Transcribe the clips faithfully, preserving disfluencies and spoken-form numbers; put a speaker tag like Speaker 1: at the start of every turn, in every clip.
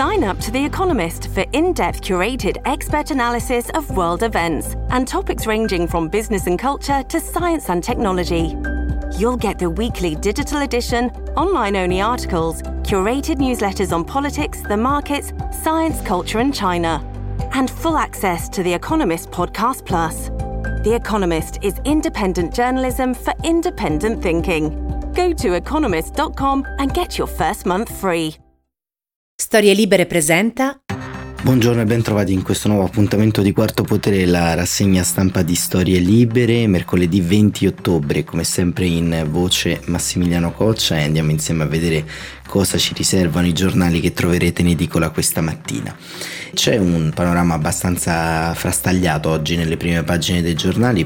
Speaker 1: Sign up to The Economist for in-depth curated expert analysis of world events and topics ranging from business and culture to science and technology. You'll get the weekly digital edition, online-only articles, curated newsletters on politics, the markets, science, culture and China, and full access to The Economist Podcast Plus. The Economist is independent journalism for independent thinking. Go to economist dot com and get your first month free.
Speaker 2: Storie Libere presenta.
Speaker 3: Buongiorno e ben trovati in questo nuovo appuntamento di Quarto Potere, la rassegna stampa di Storie Libere, mercoledì venti ottobre, come sempre in voce Massimiliano Coccia, e andiamo insieme a vedere cosa ci riservano i giornali che troverete in edicola questa mattina. C'è un panorama abbastanza frastagliato oggi nelle prime pagine dei giornali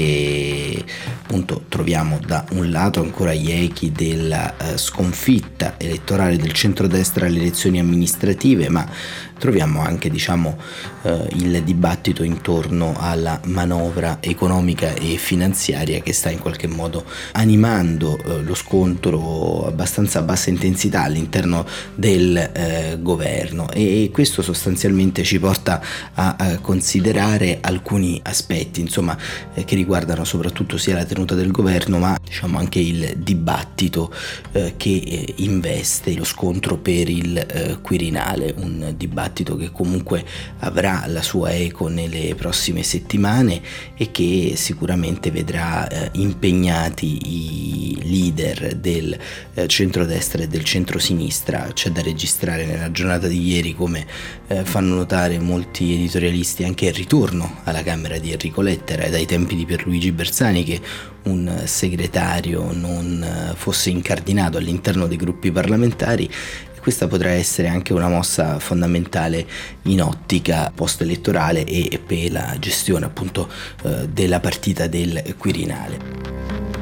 Speaker 3: perché appunto troviamo da un lato ancora gli echi della uh, sconfitta elettorale del centrodestra alle elezioni amministrative, ma troviamo anche diciamo uh, il dibattito intorno alla manovra economica e finanziaria che sta in qualche modo animando uh, lo scontro abbastanza a bassa intensità all'interno del eh, governo, e questo sostanzialmente ci porta a, a considerare alcuni aspetti insomma eh, che riguardano soprattutto sia la tenuta del governo ma diciamo anche il dibattito eh, che eh, investe lo scontro per il eh, Quirinale, un dibattito che comunque avrà la sua eco nelle prossime settimane e che sicuramente vedrà eh, impegnati i leader del eh, centrodestra e del centrosinistra. C'è da registrare nella giornata di ieri, come eh, fanno notare molti editorialisti, anche il ritorno alla Camera di Enrico Letta. Era dai tempi di Pierluigi Bersani che un segretario non fosse incardinato all'interno dei gruppi parlamentari. Questa potrà essere anche una mossa fondamentale in ottica post-elettorale e per la gestione appunto eh, della partita del Quirinale.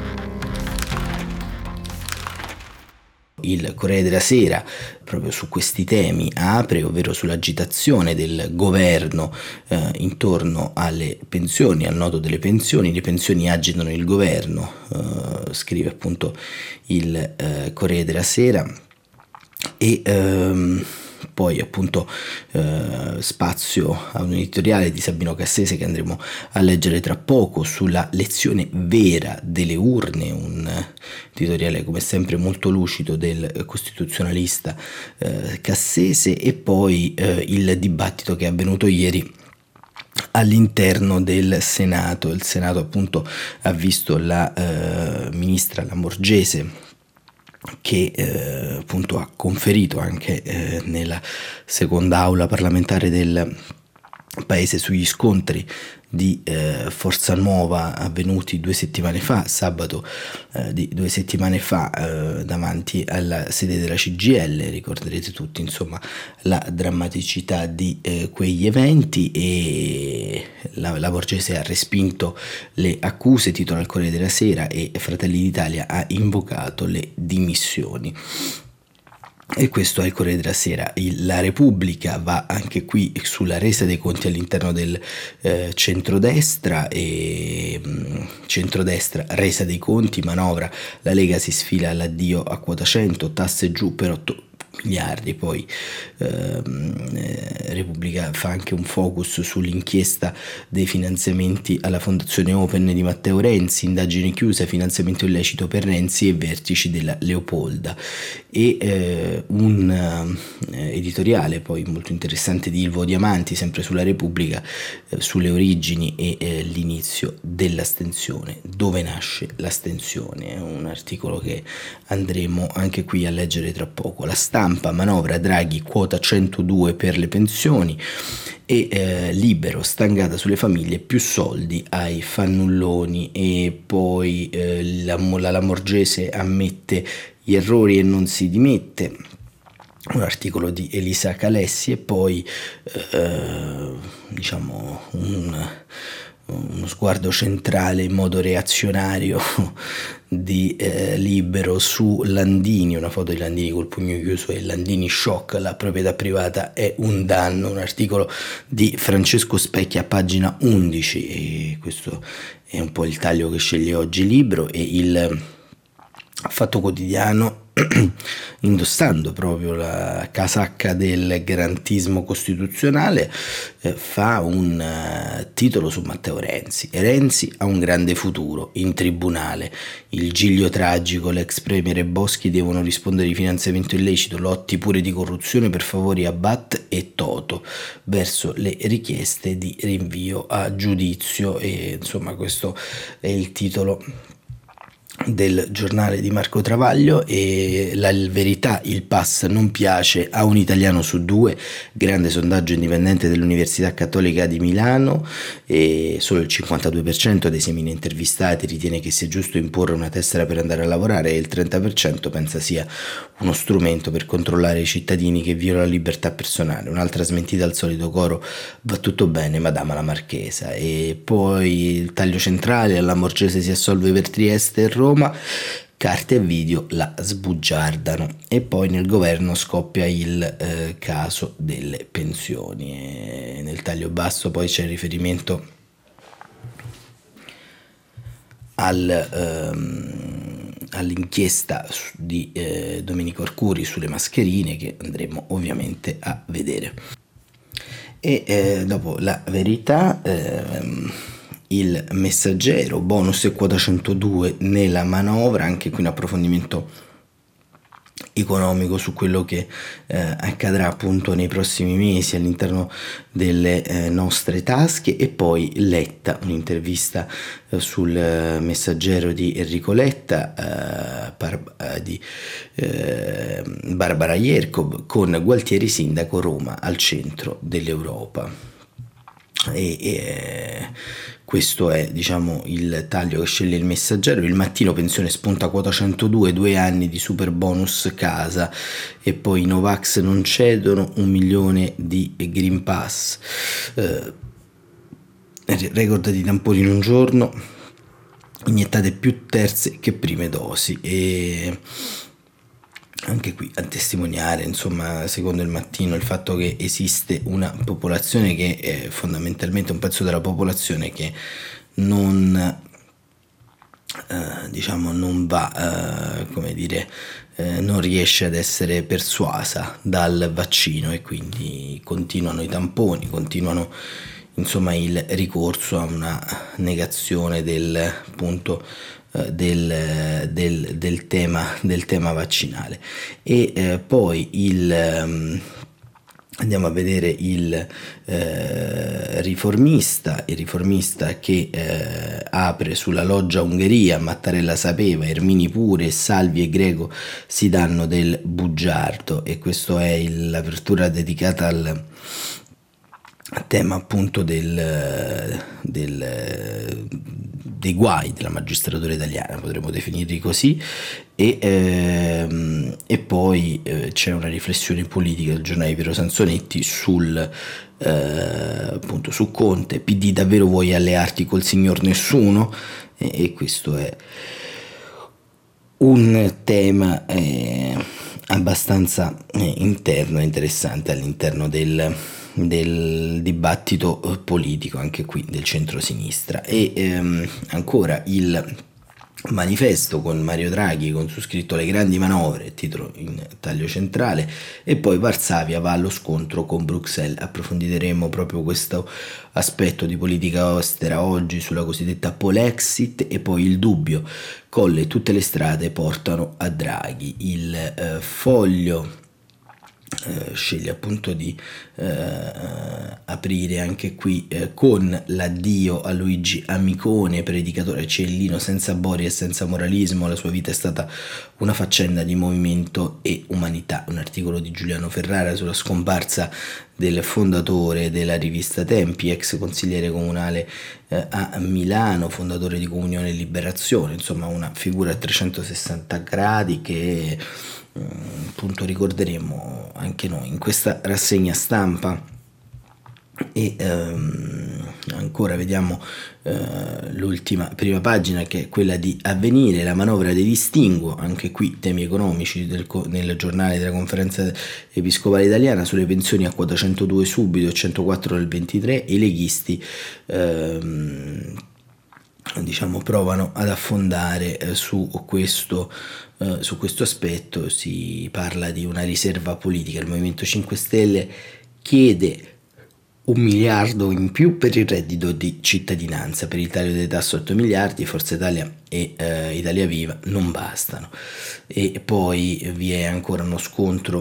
Speaker 3: Il Corriere della Sera proprio su questi temi apre, ovvero sull'agitazione del governo eh, intorno alle pensioni, al nodo delle pensioni. Le pensioni agitano il governo, eh, scrive appunto il eh, Corriere della Sera. E ehm, poi appunto eh, spazio a un editoriale di Sabino Cassese che andremo a leggere tra poco sulla lezione vera delle urne, un editoriale come sempre molto lucido del costituzionalista eh, Cassese, e poi eh, il dibattito che è avvenuto ieri all'interno del Senato. Il Senato appunto ha visto la eh, ministra Lamorgese che eh, appunto ha conferito anche eh, nella seconda aula parlamentare del paese sugli scontri di eh, Forza Nuova avvenuti due settimane fa, sabato eh, di due settimane fa eh, davanti alla sede della C G I L. Ricorderete tutti insomma la drammaticità di eh, quegli eventi, e la, la Borgese ha respinto le accuse, titola il Corriere della Sera, e Fratelli d'Italia ha invocato le dimissioni. E questo è il Corriere della Sera. Il, la Repubblica va anche qui sulla resa dei conti all'interno del eh, centrodestra, e mh, centrodestra, resa dei conti, manovra, la Lega si sfila all'addio a quota cento, tasse giù per otto miliardi. Poi ehm, eh, Repubblica fa anche un focus sull'inchiesta dei finanziamenti alla Fondazione Open di Matteo Renzi, indagini chiuse, finanziamento illecito per Renzi e vertici della Leopolda, e eh, un eh, editoriale poi molto interessante di Ilvo Diamanti, sempre sulla Repubblica, eh, sulle origini e eh, l'inizio dell'astensione, dove nasce l'astensione. È un articolo che andremo anche qui a leggere tra poco. La Stampa, manovra Draghi, quota centodue per le pensioni, e eh, Libero, stangata sulle famiglie, più soldi ai fannulloni. E poi eh, la, la Lamorgese ammette gli errori e non si dimette, un articolo di Elisa Calessi. E poi eh, diciamo un uno sguardo centrale in modo reazionario di eh, Libero su Landini, una foto di Landini col pugno chiuso e Landini shock, la proprietà privata è un danno, un articolo di Francesco Specchia a pagina undici, e questo è un po' il taglio che sceglie oggi Libero. E il Fatto Quotidiano indossando proprio la casacca del garantismo costituzionale, eh, fa un uh, titolo su Matteo Renzi. Renzi ha un grande futuro in tribunale, il giglio tragico, l'ex premier e Boschi devono rispondere di finanziamento illecito, lotti pure di corruzione per favori a Bat e Toto verso le richieste di rinvio a giudizio. E insomma questo è il titolo del giornale di Marco Travaglio. E la verità, il pass non piace a un italiano su due, grande sondaggio indipendente dell'Università Cattolica di Milano, e solo il cinquantadue per cento dei seimila intervistati ritiene che sia giusto imporre una tessera per andare a lavorare e il trenta per cento pensa sia uno strumento per controllare i cittadini che viola la libertà personale. Un'altra smentita al solito coro: va tutto bene madama la marchesa. E poi il taglio centrale: alla Morgese si assolve per Trieste e Roma, carte e video la sbugiardano. E poi nel governo scoppia il eh, caso delle pensioni. E nel taglio basso poi c'è il riferimento al, ehm, all'inchiesta di eh, Domenico Arcuri sulle mascherine, che andremo ovviamente a vedere. E eh, dopo La Verità, ehm, Il Messaggero, bonus e quota centodue nella manovra, anche qui un approfondimento economico su quello che eh, accadrà appunto nei prossimi mesi all'interno delle eh, nostre tasche. E poi Letta, un'intervista eh, sul eh, Messaggero di Enrico Letta, eh, par- eh, di eh, Barbara Ierkob, con Gualtieri sindaco, Roma al centro dell'Europa. E, e questo è, diciamo, il taglio che sceglie il Messaggero. Il Mattino, pensione spunta quota centodue, due anni di super bonus casa. E poi i Novax non cedono, un milione di Green Pass, eh, record di tamponi in un giorno, iniettate più terze che prime dosi. E anche qui a testimoniare, insomma, secondo il Mattino, il fatto che esiste una popolazione che è fondamentalmente un pezzo della popolazione che non eh, diciamo non va eh, come dire eh, non riesce ad essere persuasa dal vaccino, e quindi continuano i tamponi, continuano insomma il ricorso a una negazione del punto Del, del, del, tema, del tema vaccinale. E eh, poi il um, andiamo a vedere il eh, riformista il riformista che eh, apre sulla loggia Ungheria: Mattarella sapeva, Ermini pure, Salvi e Greco si danno del bugiardo. E questo è il, l'apertura dedicata al tema appunto del, del, dei guai della magistratura italiana, potremmo definirli così. E, ehm, e poi eh, c'è una riflessione politica del giornale di Piero Sansonetti sul eh, appunto su Conte: P D davvero vuoi allearti col signor nessuno? E, e questo è un tema eh, abbastanza eh, interno e interessante all'interno del del dibattito politico, anche qui del centro-sinistra. E ehm, ancora il Manifesto con Mario Draghi con su scritto le grandi manovre, titolo in taglio centrale. E poi Varsavia va allo scontro con Bruxelles. Approfondiremo proprio questo aspetto di politica estera oggi sulla cosiddetta Polexit. E poi il dubbio: Colle e tutte le strade portano a Draghi. Il eh, Foglio Uh, sceglie appunto di uh, aprire anche qui uh, con l'addio a Luigi Amicone, predicatore cellino senza bori e senza moralismo. La sua vita è stata una faccenda di movimento e umanità. Un articolo di Giuliano Ferrara sulla scomparsa del fondatore della rivista Tempi, ex consigliere comunale uh, a Milano, fondatore di Comunione e Liberazione, insomma una figura a trecentosessanta gradi che appunto ricorderemo anche noi in questa rassegna stampa. E ehm, ancora vediamo eh, l'ultima prima pagina, che è quella di Avvenire, la manovra dei distinguo, anche qui temi economici del, nel giornale della Conferenza Episcopale Italiana. Sulle pensioni a quota centodue subito e centoquattro nel ventitré, i leghisti ehm, diciamo provano ad affondare eh, su questo eh, su questo aspetto. Si parla di una riserva politica. Il Movimento cinque Stelle chiede un miliardo in più per il reddito di cittadinanza, per il taglio delle tasse otto miliardi, Forza Italia e eh, Italia Viva non bastano. E poi vi è ancora uno scontro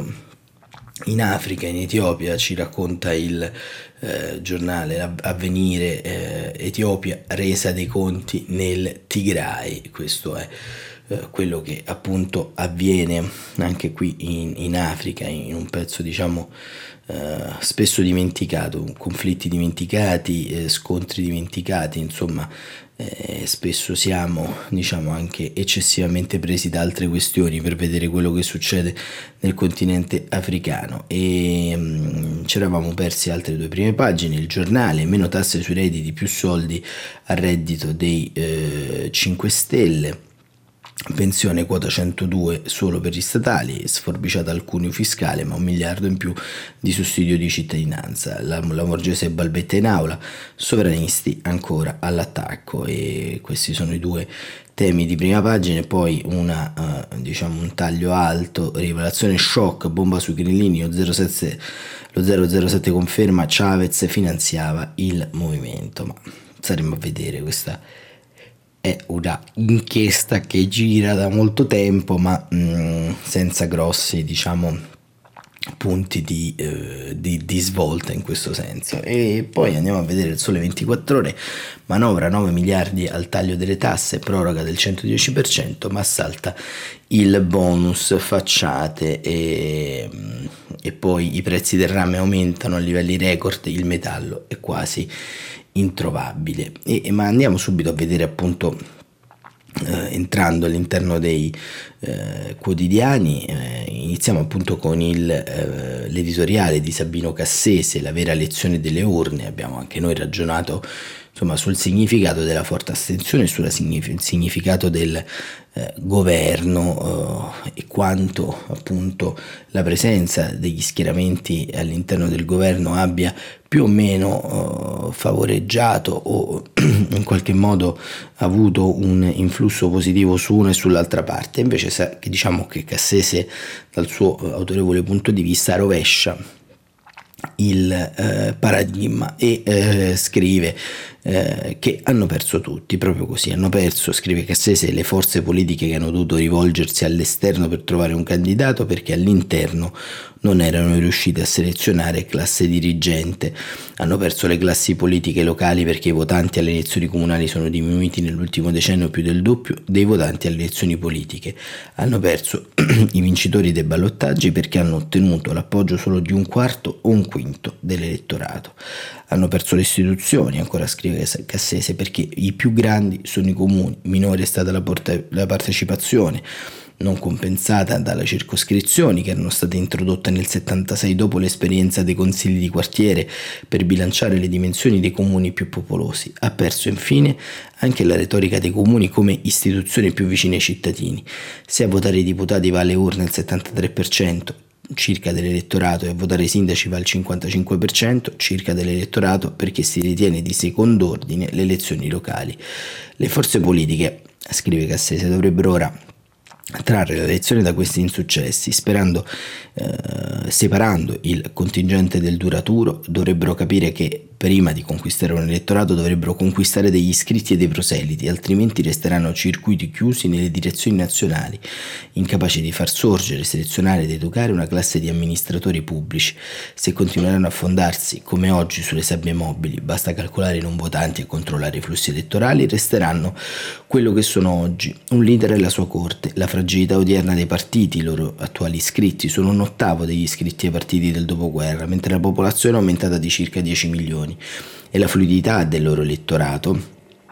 Speaker 3: in Africa, in Etiopia. Ci racconta il eh, giornale Avvenire, eh, Etiopia, resa dei conti nel Tigray. Questo è eh, quello che appunto avviene anche qui in, in Africa, in un pezzo diciamo Uh, spesso dimenticato, conflitti dimenticati, eh, scontri dimenticati, insomma eh, spesso siamo diciamo anche eccessivamente presi da altre questioni per vedere quello che succede nel continente africano. E um, ci eravamo persi altre due prime pagine. Il giornale, meno tasse sui redditi, più soldi al reddito dei eh, cinque Stelle. Pensione quota centodue solo per gli statali, sforbiciata al cuneo fiscale, ma un miliardo in più di sussidio di cittadinanza. La, la Morgese balbetta in aula, sovranisti ancora all'attacco. E questi sono i due temi di prima pagina. E poi una uh, diciamo un taglio alto: rivelazione shock, bomba sui grillini, lo zero sette, lo zero zero sette conferma Chavez finanziava il movimento. Ma staremo a vedere. Questa è una inchiesta che gira da molto tempo, ma mh, senza grossi diciamo punti di, eh, di, di svolta in questo senso. E poi andiamo a vedere il Sole ventiquattro Ore. Manovra nove miliardi al taglio delle tasse, proroga del centodieci per cento, ma salta il bonus facciate. E, e poi i prezzi del rame aumentano a livelli record, il metallo è quasi introvabile. E, ma andiamo subito a vedere appunto eh, entrando all'interno dei eh, quotidiani. Eh, iniziamo appunto con il, eh, l'editoriale di Sabino Cassese, La vera lezione delle urne. Abbiamo anche noi ragionato insomma sul significato della forte astensione e sul significato del eh, governo eh, e quanto appunto la presenza degli schieramenti all'interno del governo abbia più o meno eh, favoreggiato o in qualche modo avuto un influsso positivo su una e sull'altra parte. Invece sa, che diciamo che Cassese dal suo autorevole punto di vista rovescia il eh, paradigma e eh, scrive eh, che hanno perso tutti, proprio così, hanno perso, scrive Cassese, le forze politiche che hanno dovuto rivolgersi all'esterno per trovare un candidato perché all'interno non erano riusciti a selezionare classe dirigente. Hanno perso le classi politiche locali perché i votanti alle elezioni comunali sono diminuiti nell'ultimo decennio più del doppio dei votanti alle elezioni politiche. Hanno perso i vincitori dei ballottaggi perché hanno ottenuto l'appoggio solo di un quarto o un quinto dell'elettorato. Hanno perso le istituzioni, ancora scrive Cassese, perché i più grandi sono i comuni, minore è stata la, porta- la partecipazione, non compensata dalle circoscrizioni che erano state introdotte nel settantasei dopo l'esperienza dei consigli di quartiere per bilanciare le dimensioni dei comuni più popolosi. Ha perso infine anche la retorica dei comuni come istituzioni più vicine ai cittadini. Se a votare i deputati va alle urne il settantatré per cento circa dell'elettorato e a votare i sindaci va il cinquantacinque per cento circa dell'elettorato, perché si ritiene di secondo ordine le elezioni locali. Le forze politiche, scrive Cassese, dovrebbero ora trarre la lezione da questi insuccessi, sperando, eh, separando il contingente del duraturo. Dovrebbero capire che prima di conquistare un elettorato dovrebbero conquistare degli iscritti e dei proseliti, altrimenti resteranno circuiti chiusi nelle direzioni nazionali, incapaci di far sorgere, selezionare ed educare una classe di amministratori pubblici. Se continueranno a fondarsi come oggi sulle sabbie mobili, basta calcolare i non votanti e controllare i flussi elettorali, resteranno quello che sono oggi, un leader e la sua corte. La fragilità odierna dei partiti, i loro attuali iscritti, sono un ottavo degli iscritti ai partiti del dopoguerra, mentre la popolazione è aumentata di circa dieci milioni. E la fluidità del loro elettorato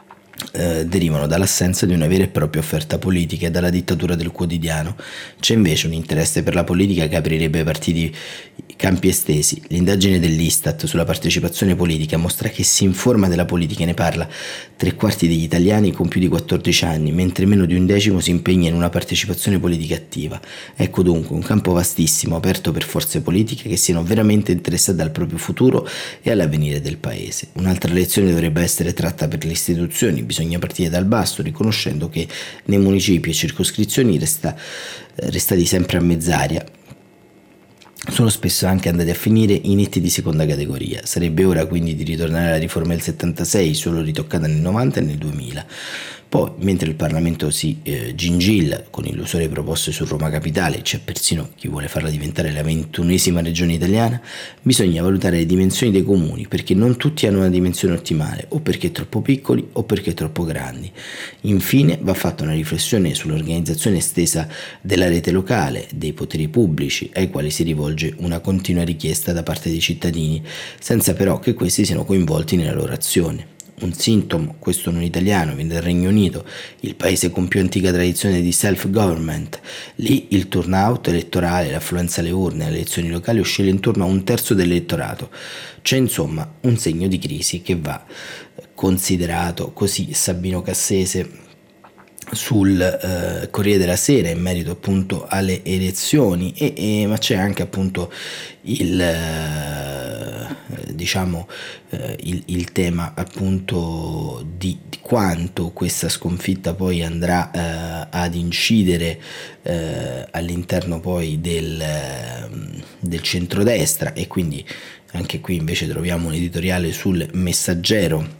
Speaker 3: eh, derivano dall'assenza di una vera e propria offerta politica e dalla dittatura del quotidiano. C'è invece un interesse per la politica che aprirebbe ai partiti campi estesi. L'indagine dell'Istat sulla partecipazione politica mostra che si informa della politica e ne parla tre quarti degli italiani con più di quattordici anni, mentre meno di un decimo si impegna in una partecipazione politica attiva. Ecco dunque un campo vastissimo aperto per forze politiche che siano veramente interessate al proprio futuro e all'avvenire del paese. Un'altra lezione dovrebbe essere tratta per le istituzioni. bisogna partire dal basso, riconoscendo che nei municipi e circoscrizioni resta, eh, restati sempre a mezz'aria sono spesso anche andati a finire in enti di seconda categoria. Sarebbe ora quindi di ritornare alla riforma del settantasei, solo ritoccata nel novanta e nel duemila. Poi, mentre il Parlamento si eh, gingilla con illusorie proposte su Roma Capitale, c'è persino chi vuole farla diventare la ventunesima regione italiana, bisogna valutare le dimensioni dei comuni, perché non tutti hanno una dimensione ottimale, o perché troppo piccoli o perché troppo grandi. Infine va fatta una riflessione sull'organizzazione estesa della rete locale, dei poteri pubblici, ai quali si rivolge una continua richiesta da parte dei cittadini, senza però che questi siano coinvolti nella loro azione. Un sintomo, questo non italiano, viene dal Regno Unito, il paese con più antica tradizione di self-government. Lì il turnout elettorale, l'affluenza alle urne alle elezioni locali oscilla intorno a un terzo dell'elettorato. C'è insomma un segno di crisi che va considerato, così Sabino Cassese sul eh, Corriere della Sera in merito appunto alle elezioni, e, e, ma c'è anche appunto il eh, diciamo eh, il, il tema appunto di, di quanto questa sconfitta poi andrà eh, ad incidere eh, all'interno poi del, eh, del centrodestra, e quindi anche qui invece troviamo un editoriale sul Messaggero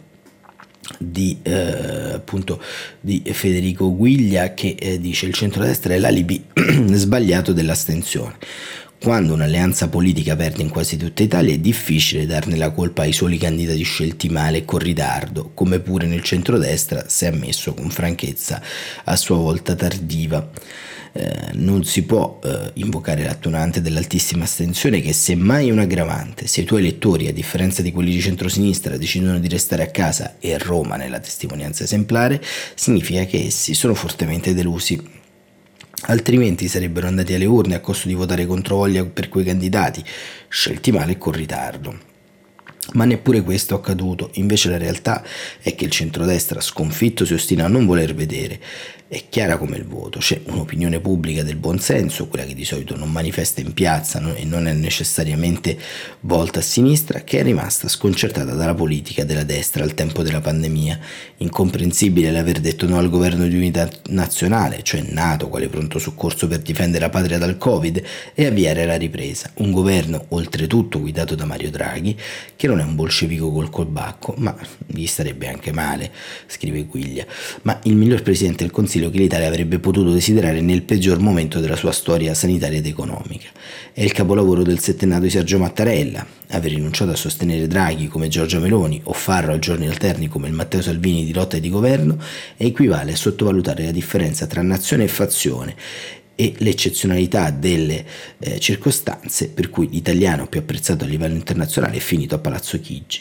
Speaker 3: di eh, appunto di Federico Guiglia che eh, dice: il centrodestra è l'alibi sbagliato dell'astensione. Quando un'alleanza politica perde in quasi tutta Italia è difficile darne la colpa ai soli candidati scelti male e con ritardo, come pure nel centrodestra si è ammesso con franchezza a sua volta tardiva. Eh, non si può eh, invocare l'attenuante dell'altissima astensione, che semmai è un aggravante. Se i tuoi elettori, a differenza di quelli di centrosinistra, decidono di restare a casa, e Roma ne è la testimonianza esemplare, significa che essi sono fortemente delusi. Altrimenti sarebbero andati alle urne a costo di votare controvoglia per quei candidati, scelti male e con ritardo. Ma neppure questo è accaduto. Invece la realtà è che il centrodestra sconfitto si ostina a non voler vedere. È chiara come il voto, c'è un'opinione pubblica del buonsenso, quella che di solito non manifesta in piazza e non è necessariamente volta a sinistra, che è rimasta sconcertata dalla politica della destra al tempo della pandemia. Incomprensibile l'aver detto no al governo di unità nazionale, cioè nato quale pronto soccorso per difendere la patria dal Covid e avviare la ripresa. Un governo oltretutto guidato da Mario Draghi, che non è un bolscevico col colbacco, ma gli starebbe anche male, scrive Guiglia, ma il miglior presidente del Consiglio che l'Italia avrebbe potuto desiderare nel peggior momento della sua storia sanitaria ed economica. È il capolavoro del settennato di Sergio Mattarella. Aver rinunciato a sostenere Draghi come Giorgia Meloni o farlo a giorni alterni come il Matteo Salvini di lotta e di governo equivale a sottovalutare la differenza tra nazione e fazione e l'eccezionalità delle eh, circostanze per cui l'italiano più apprezzato a livello internazionale è finito a Palazzo Chigi.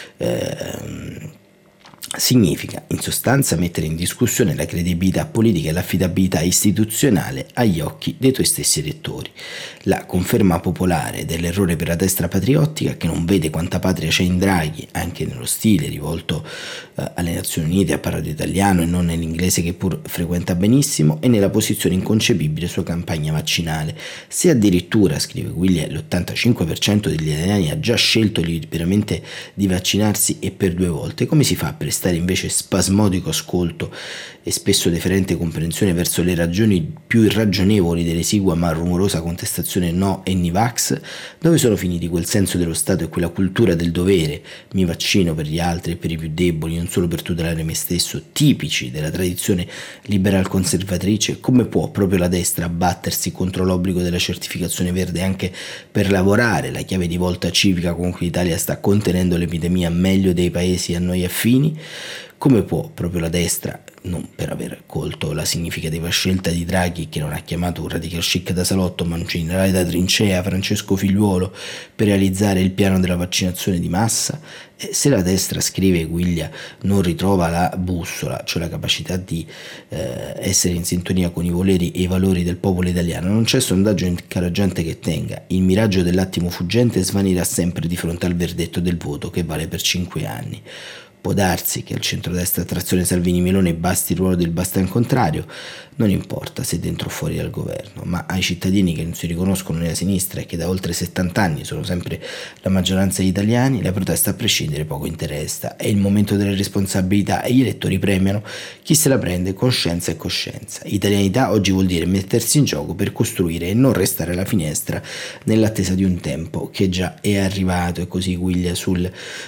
Speaker 3: Eh, Significa, in sostanza, mettere in discussione la credibilità politica e l'affidabilità istituzionale agli occhi dei tuoi stessi elettori. La conferma popolare dell'errore per la destra patriottica, che non vede quanta patria c'è in Draghi, anche nello stile rivolto eh, alle Nazioni Unite a parlare italiano e non nell'inglese che pur frequenta benissimo, e nella posizione inconcepibile sua campagna vaccinale. Se addirittura, scrive Guiglia, l'ottantacinque per cento degli italiani ha già scelto liberamente di vaccinarsi e per due volte, come si fa a prestare invece spasmodico ascolto e spesso deferente comprensione verso le ragioni più irragionevoli dell'esigua ma rumorosa contestazione no e Nivax? Dove sono finiti quel senso dello Stato e quella cultura del dovere, mi vaccino per gli altri e per i più deboli, non solo per tutelare me stesso, tipici della tradizione liberal conservatrice? Come può proprio la destra battersi contro l'obbligo della certificazione verde anche per lavorare, la chiave di volta civica con cui l'Italia sta contenendo l'epidemia meglio dei paesi a noi affini? Come può proprio la destra, non per aver colto la significativa scelta di Draghi, che non ha chiamato un radical chic da salotto ma un generale da trincea, Francesco Figliuolo, per realizzare il piano della vaccinazione di massa? E se la destra, scrive Guiglia, non ritrova la bussola, cioè la capacità di eh, essere in sintonia con i voleri e i valori del popolo italiano, non c'è sondaggio incoraggiante che tenga. Il miraggio dell'attimo fuggente svanirà sempre di fronte al verdetto del voto che vale per cinque anni. può darsi che al centrodestra trazione Salvini-Meloni basti il ruolo del bastian contrario, non importa se dentro o fuori dal governo, ma ai cittadini che non si riconoscono nella sinistra e che da oltre settanta anni sono sempre la maggioranza degli italiani, la protesta a prescindere poco interessa. È il momento delle responsabilità e gli elettori premiano chi se la prende con scienza e coscienza. Italianità oggi vuol dire mettersi in gioco per costruire e non restare alla finestra nell'attesa di un tempo che già è arrivato. E così Guiglia sul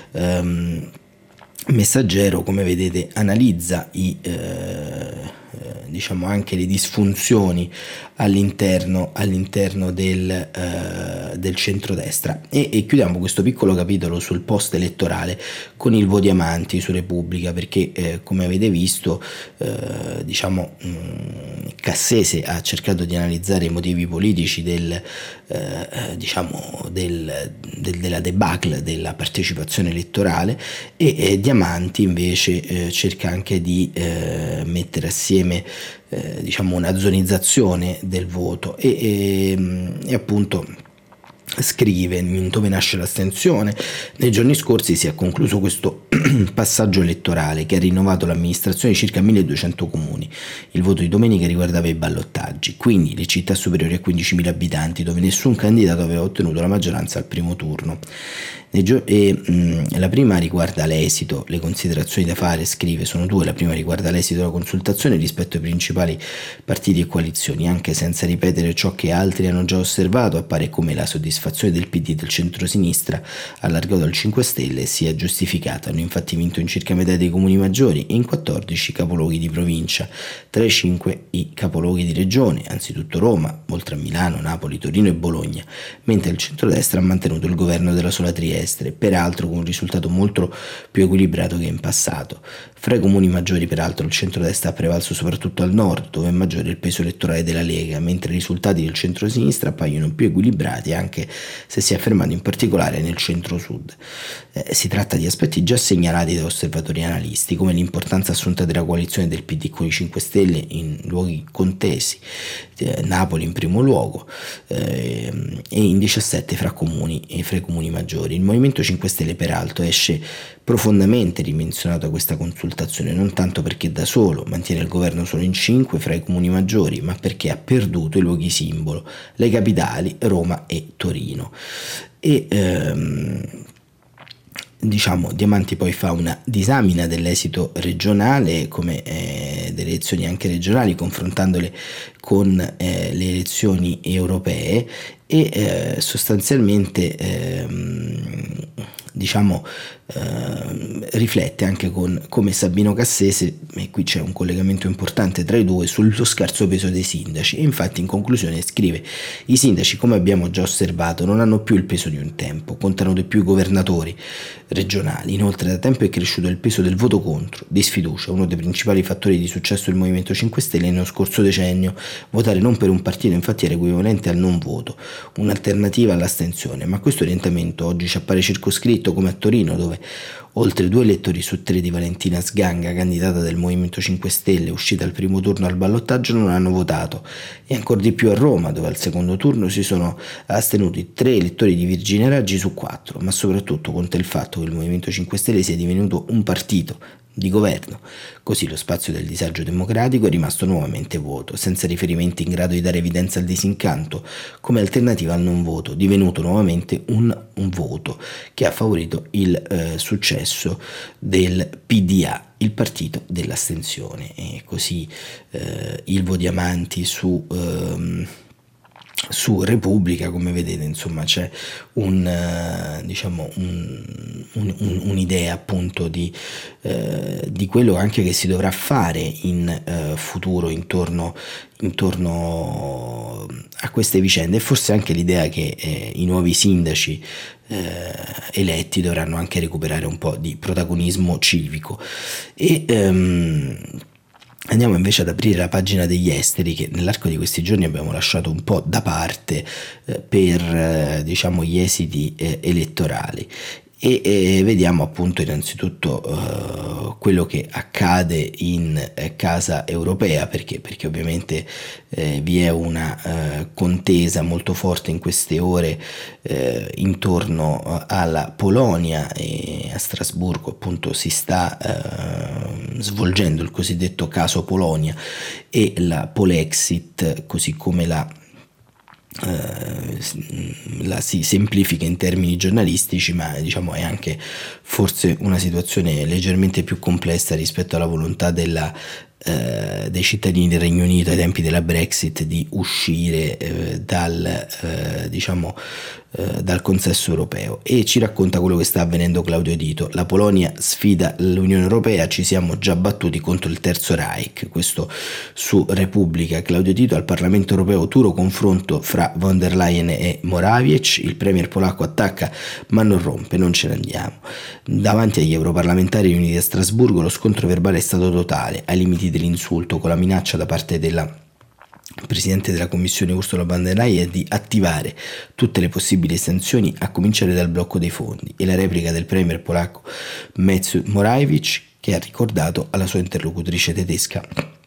Speaker 3: um, Messaggero, come vedete, analizza i eh, diciamo anche le disfunzioni all'interno, all'interno del, eh, del centrodestra e, e chiudiamo questo piccolo capitolo sul post elettorale con il Vodiamanti su Repubblica, perché eh, come avete visto eh, diciamo mh, Cassese ha cercato di analizzare i motivi politici del, eh, diciamo del, del, della debacle della partecipazione elettorale e eh, Diamanti invece eh, cerca anche di eh, mettere assieme Eh, diciamo una zonizzazione del voto e, e, e appunto scrive dove nasce l'astensione. Nei giorni scorsi si è concluso questo passaggio elettorale che ha rinnovato l'amministrazione di circa milleduecento comuni. Il voto di domenica riguardava i ballottaggi, quindi le città superiori a quindicimila abitanti dove nessun candidato aveva ottenuto la maggioranza al primo turno. E, mh, la prima riguarda l'esito, le considerazioni da fare, scrive, sono due. La prima riguarda l'esito della consultazione rispetto ai principali partiti e coalizioni. Anche senza ripetere ciò che altri hanno già osservato, appare come la soddisfazione del P D e del centrosinistra, allargato al cinque Stelle, sia giustificata. Hanno infatti vinto in circa metà dei comuni maggiori e in quattordici capoluoghi di provincia, tra i cinque i capoluoghi di regione, anzitutto Roma, oltre a Milano, Napoli, Torino e Bologna, mentre il centrodestra ha mantenuto il governo della sola Trieste, peraltro con un risultato molto più equilibrato che in passato. Fra i comuni maggiori, peraltro, il centrodestra ha prevalso soprattutto al nord, dove è maggiore il peso elettorale della Lega, mentre i risultati del centrosinistra appaiono più equilibrati, anche se si è affermato in particolare nel centro-sud. Eh, si tratta di aspetti già segnalati da osservatori e analisti, come l'importanza assunta della coalizione del P D con i cinque Stelle in luoghi contesi, eh, Napoli in primo luogo, eh, e in diciassette fra comuni e fra i comuni maggiori. Il Movimento cinque Stelle, peraltro, esce profondamente ridimensionato da questa consultazione, non tanto perché da solo mantiene il governo solo in cinque fra i comuni maggiori, ma perché ha perduto i luoghi simbolo, le capitali Roma e Torino. E ehm, diciamo Diamanti poi fa una disamina dell'esito regionale, come eh, delle elezioni anche regionali, confrontandole con eh, le elezioni europee e eh, sostanzialmente ehm, diciamo eh, riflette anche con come Sabino Cassese, e qui c'è un collegamento importante tra i due, sullo scarso peso dei sindaci. E infatti in conclusione scrive: i sindaci, come abbiamo già osservato, non hanno più il peso di un tempo, contano di più i governatori regionali. Inoltre da tempo è cresciuto il peso del voto contro, di sfiducia, uno dei principali fattori di successo del Movimento cinque Stelle nello scorso decennio. Votare non per un partito infatti era equivalente al non voto, un'alternativa all'astensione, ma questo orientamento oggi ci appare circoscritto, come a Torino, dove oltre due elettori su tre di Valentina Sganga, candidata del Movimento cinque Stelle uscita al primo turno al ballottaggio, non hanno votato, e ancora di più a Roma, dove al secondo turno si sono astenuti tre elettori di Virginia Raggi su quattro. Ma soprattutto conta il fatto che il Movimento cinque Stelle sia divenuto un partito di governo. Così lo spazio del disagio democratico è rimasto nuovamente vuoto, senza riferimenti in grado di dare evidenza al disincanto, come alternativa al non voto, divenuto nuovamente un, un voto che ha favorito il eh, successo del P D A, il partito dell'astensione. E così eh, il Vodiamanti su ehm, su Repubblica, come vedete, insomma, c'è un, uh, diciamo un, un, un, un'idea appunto di, uh, di quello anche che si dovrà fare in uh, futuro intorno, intorno a queste vicende, e forse anche l'idea che eh, i nuovi sindaci eh, eletti dovranno anche recuperare un po' di protagonismo civico. E um, andiamo invece ad aprire la pagina degli esteri, che nell'arco di questi giorni abbiamo lasciato un po' da parte eh, per eh, diciamo gli esiti eh, elettorali. e, e vediamo appunto innanzitutto uh, quello che accade in eh, casa europea, perché, perché ovviamente eh, vi è una uh, contesa molto forte in queste ore eh, intorno uh, alla Polonia, e a Strasburgo appunto si sta uh, svolgendo il cosiddetto caso Polonia, e la Polexit, così come la Uh, la si semplifica in termini giornalistici, ma diciamo è anche forse una situazione leggermente più complessa rispetto alla volontà della, uh, dei cittadini del Regno Unito ai tempi della Brexit di uscire uh, dal uh, diciamo uh, dal consesso europeo. E ci racconta quello che sta avvenendo Claudio Dito: la Polonia sfida l'Unione Europea, ci siamo già battuti contro il Terzo Reich. Questo su Repubblica. Claudio Dito: al Parlamento Europeo duro confronto fra von der Leyen e Morawiecz, il premier polacco attacca ma non rompe, non ce ne andiamo. Davanti agli europarlamentari riuniti a Strasburgo lo scontro verbale è stato totale, ai limiti dell'insulto, con la minaccia da parte della Presidente della Commissione Ursula von der Leyen di attivare tutte le possibili sanzioni, a cominciare dal blocco dei fondi, e la replica del premier polacco Mateusz Morawiecz, che ha ricordato alla sua interlocutrice tedesca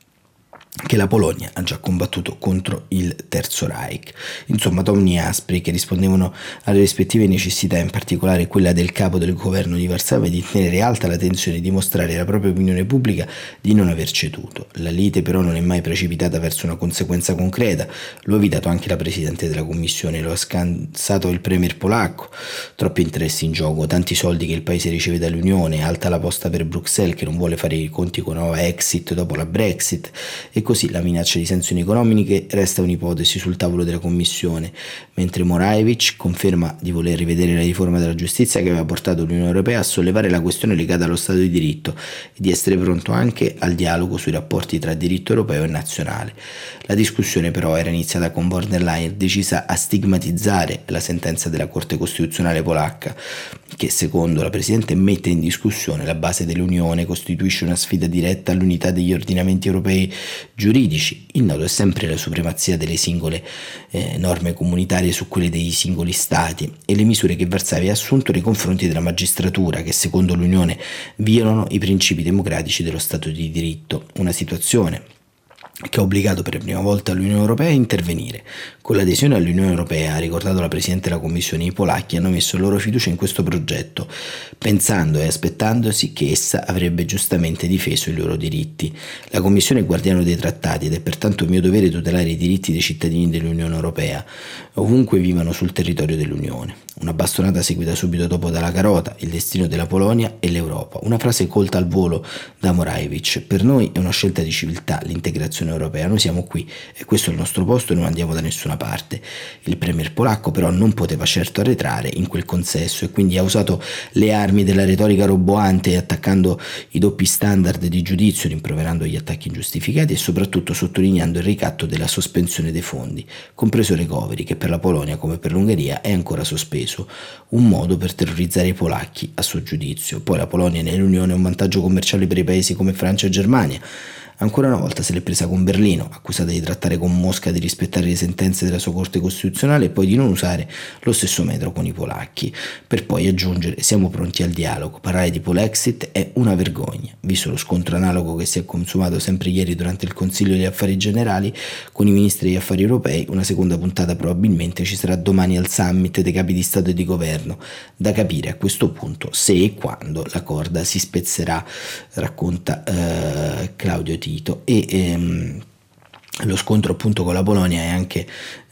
Speaker 3: che la Polonia ha già combattuto contro il Terzo Reich. Insomma, toni aspri che rispondevano alle rispettive necessità, in particolare quella del capo del governo di Varsavia di tenere alta la tensione e dimostrare alla propria opinione pubblica di non aver ceduto. La lite però non è mai precipitata verso una conseguenza concreta, lo ha evitato anche la Presidente della Commissione, lo ha scansato il premier polacco. Troppi interessi in gioco, tanti soldi che il paese riceve dall'Unione, alta la posta per Bruxelles che non vuole fare i conti con nuova exit dopo la Brexit, e così la minaccia di sanzioni economiche resta un'ipotesi sul tavolo della Commissione, mentre Morawiecz conferma di voler rivedere la riforma della giustizia che aveva portato l'Unione Europea a sollevare la questione legata allo Stato di diritto e di essere pronto anche al dialogo sui rapporti tra diritto europeo e nazionale. La discussione però era iniziata con von der Leyen decisa a stigmatizzare la sentenza della Corte Costituzionale polacca, che secondo la Presidente mette in discussione la base dell'Unione, costituisce una sfida diretta all'unità degli ordinamenti europei giuridici. Il nodo è sempre la supremazia delle singole eh, norme comunitarie su quelle dei singoli stati e le misure che Varsavia ha assunto nei confronti della magistratura, che secondo l'Unione violano i principi democratici dello Stato di diritto. Una situazione che ha obbligato per la prima volta l'Unione Europea a intervenire. Con l'adesione all'Unione Europea, ha ricordato la Presidente della Commissione, i polacchi hanno messo la loro fiducia in questo progetto, pensando e aspettandosi che essa avrebbe giustamente difeso i loro diritti. La Commissione è guardiano dei trattati ed è pertanto mio dovere tutelare i diritti dei cittadini dell'Unione Europea, ovunque vivano sul territorio dell'Unione. Una bastonata seguita subito dopo dalla carota: il destino della Polonia e l'Europa. Una frase colta al volo da Morawiecz: per noi è una scelta di civiltà l'integrazione europea, noi siamo qui e questo è il nostro posto e non andiamo da nessuna parte. Il premier polacco però non poteva certo arretrare in quel consesso e quindi ha usato le armi della retorica roboante, attaccando i doppi standard di giudizio, rimproverando gli attacchi ingiustificati e soprattutto sottolineando il ricatto della sospensione dei fondi, compreso il recovery, che per la Polonia come per l'Ungheria è ancora sospeso. Un modo per terrorizzare i polacchi, a suo giudizio. Poi la Polonia nell'Unione è un vantaggio commerciale per i paesi come Francia e Germania. Ancora una volta se l'è presa con Berlino, accusata di trattare con Mosca, di rispettare le sentenze della sua Corte Costituzionale e poi di non usare lo stesso metro con i polacchi, per poi aggiungere: siamo pronti al dialogo, parlare di Polexit è una vergogna. Visto lo scontro analogo che si è consumato sempre ieri durante il Consiglio degli Affari Generali con i ministri degli affari europei, una seconda puntata probabilmente ci sarà domani al summit dei capi di Stato e di Governo, da capire a questo punto se e quando la corda si spezzerà, racconta eh, Claudio Tito. E ehm, lo scontro appunto con la Polonia è anche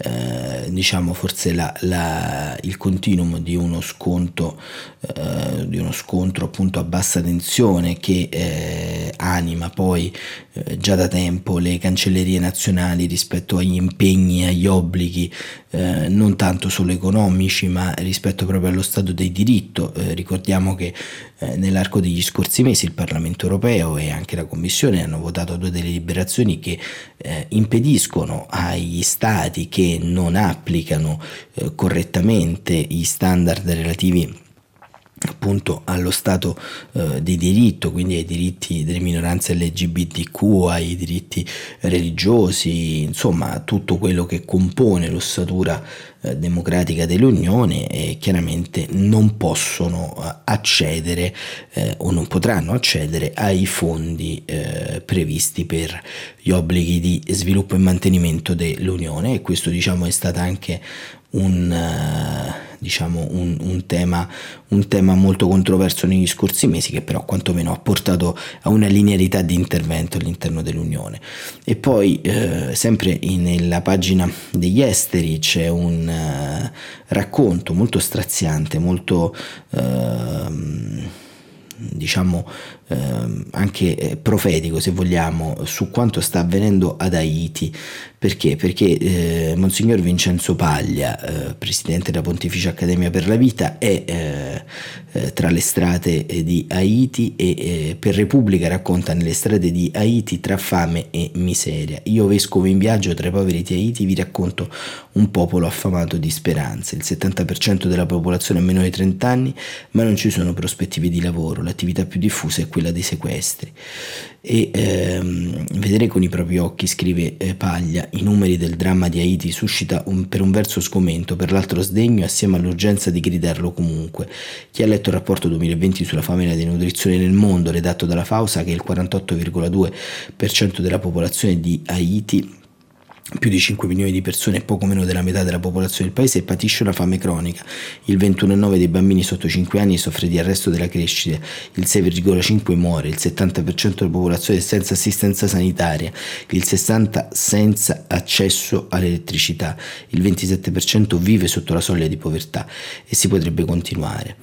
Speaker 3: eh, diciamo forse la, la, il continuum di uno scontro eh, di uno scontro appunto a bassa tensione che eh, anima poi eh, già da tempo le cancellerie nazionali rispetto agli impegni e agli obblighi eh, non tanto solo economici ma rispetto proprio allo Stato di diritto. Eh, ricordiamo che eh, nell'arco degli scorsi mesi il Parlamento Europeo e anche la Commissione hanno votato due deliberazioni che eh, impediscono agli stati che non applicano eh, correttamente gli standard relativi appunto allo stato eh, di diritto, quindi ai diritti delle minoranze L G B T Q, ai diritti religiosi, insomma tutto quello che compone l'ossatura eh, democratica dell'Unione, e chiaramente non possono eh, accedere eh, o non potranno accedere ai fondi eh, previsti per gli obblighi di sviluppo e mantenimento dell'Unione. E questo, diciamo, è stata anche un uh, diciamo un, un tema un tema molto controverso negli scorsi mesi, che però quantomeno ha portato a una linearità di intervento all'interno dell'Unione. E poi eh, sempre in, nella pagina degli esteri c'è un uh, racconto molto straziante, molto uh, diciamo eh, anche profetico, se vogliamo, su quanto sta avvenendo ad Haiti. Perché? Perché eh, Monsignor Vincenzo Paglia, eh, presidente della Pontificia Accademia per la Vita, è eh, eh, tra le strade di Haiti e eh, per Repubblica racconta: nelle strade di Haiti tra fame e miseria. Io, vescovo in viaggio tra i poveri di Haiti, vi racconto un popolo affamato di speranze. Il settanta per cento della popolazione ha meno di trenta anni, ma non ci sono prospettive di lavoro. L'attività più diffusa è quella dei sequestri. E ehm, vedere con i propri occhi, scrive eh, Paglia, i numeri del dramma di Haiti suscita un, per un verso sgomento, per l'altro sdegno, assieme all'urgenza di gridarlo comunque. Chi ha letto il rapporto duemilaventi sulla fame e la denutrizione nel mondo, redatto dalla FAO, sa che il quarantotto virgola due per cento della popolazione di Haiti, più di cinque milioni di persone e poco meno della metà della popolazione del paese, patisce una fame cronica. Il ventuno virgola nove per cento dei bambini sotto cinque anni soffre di arresto della crescita, il sei virgola cinque per cento muore, il settanta per cento della popolazione è senza assistenza sanitaria, il sessanta per cento senza accesso all'elettricità, il ventisette per cento vive sotto la soglia di povertà, e si potrebbe continuare.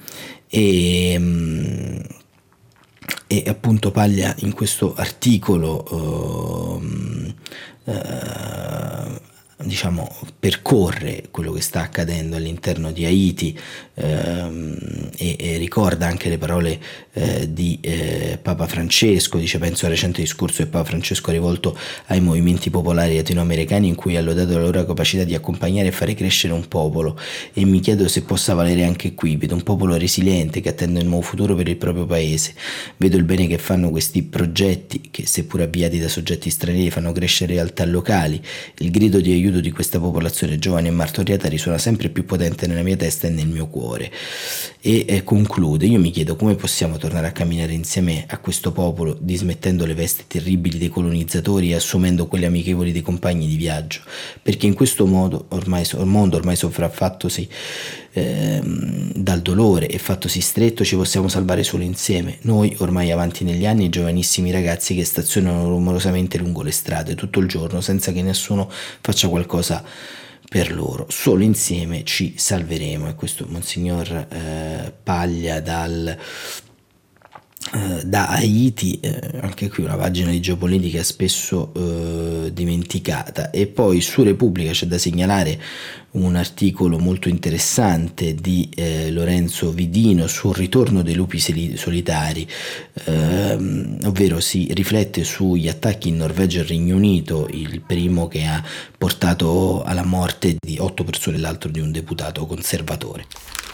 Speaker 3: E E appunto Paglia in questo articolo uh, uh, diciamo percorre quello che sta accadendo all'interno di Haiti ehm, e, e ricorda anche le parole eh, di eh, Papa Francesco. Dice: penso al recente discorso che Papa Francesco ha rivolto ai movimenti popolari latinoamericani, in cui ha lodato la loro capacità di accompagnare e fare crescere un popolo, e mi chiedo se possa valere anche qui. Vedo un popolo resiliente che attende un nuovo futuro per il proprio paese, vedo il bene che fanno questi progetti che, seppur avviati da soggetti stranieri, fanno crescere realtà locali. Il grido di aiuto di questa popolazione giovane e martoriata risuona sempre più potente nella mia testa e nel mio cuore. E eh, conclude: io mi chiedo come possiamo tornare a camminare insieme a questo popolo, dismettendo le vesti terribili dei colonizzatori e assumendo quelle amichevoli dei compagni di viaggio, perché in questo modo ormai il mondo ormai sopraffatosi eh, dal dolore e fattosi stretto, ci possiamo salvare solo insieme, noi ormai avanti negli anni, i giovanissimi ragazzi che stazionano rumorosamente lungo le strade tutto il giorno senza che nessuno faccia qualcosa per loro. Solo insieme ci salveremo. E questo Monsignor eh, Paglia dal Uh, da Haiti, eh, anche qui una pagina di geopolitica spesso uh, dimenticata. E poi su Repubblica c'è da segnalare un articolo molto interessante di eh, Lorenzo Vidino sul ritorno dei lupi solitari, eh, ovvero si riflette sugli attacchi in Norvegia e Regno Unito, il primo che ha portato alla morte di otto persone e l'altro di un deputato conservatore.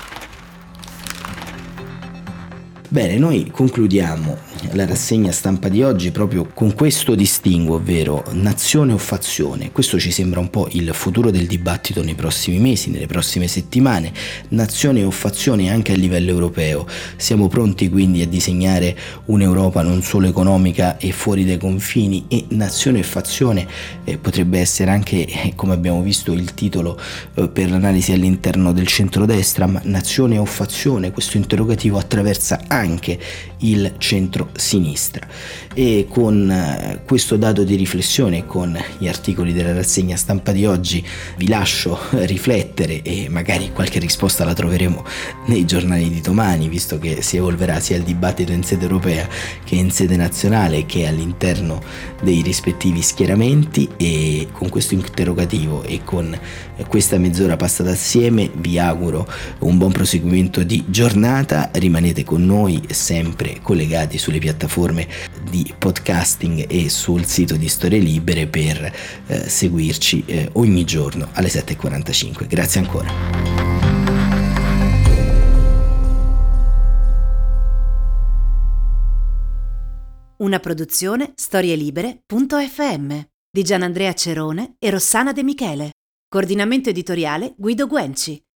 Speaker 3: Bene, noi concludiamo la rassegna stampa di oggi proprio con questo distinguo, ovvero nazione o fazione. Questo ci sembra un po' il futuro del dibattito nei prossimi mesi, nelle prossime settimane. Nazione o fazione anche a livello europeo. Siamo pronti quindi a disegnare un'Europa non solo economica e fuori dai confini, e nazione e fazione eh, potrebbe essere anche, eh, come abbiamo visto, il titolo eh, per l'analisi all'interno del centrodestra. Ma nazione o fazione, questo interrogativo attraversa anche il centro-sinistra. E con eh, questo dato di riflessione, con gli articoli della rassegna stampa di oggi, vi lascio riflettere, e magari qualche risposta la troveremo nei giornali di domani, visto che si evolverà sia il dibattito in sede europea che in sede nazionale, che all'interno dei rispettivi schieramenti. E con questo interrogativo e con questa mezz'ora passata assieme vi auguro un buon proseguimento di giornata. Rimanete con noi sempre collegati sulle piattaforme di podcasting e sul sito di Storie Libere per eh, seguirci eh, ogni giorno alle sette e quarantacinque. Grazie ancora.
Speaker 2: Una produzione storielibere punto effe emme di Gianandrea Cerone e Rossana De Michele. Coordinamento editoriale Guido Guenci.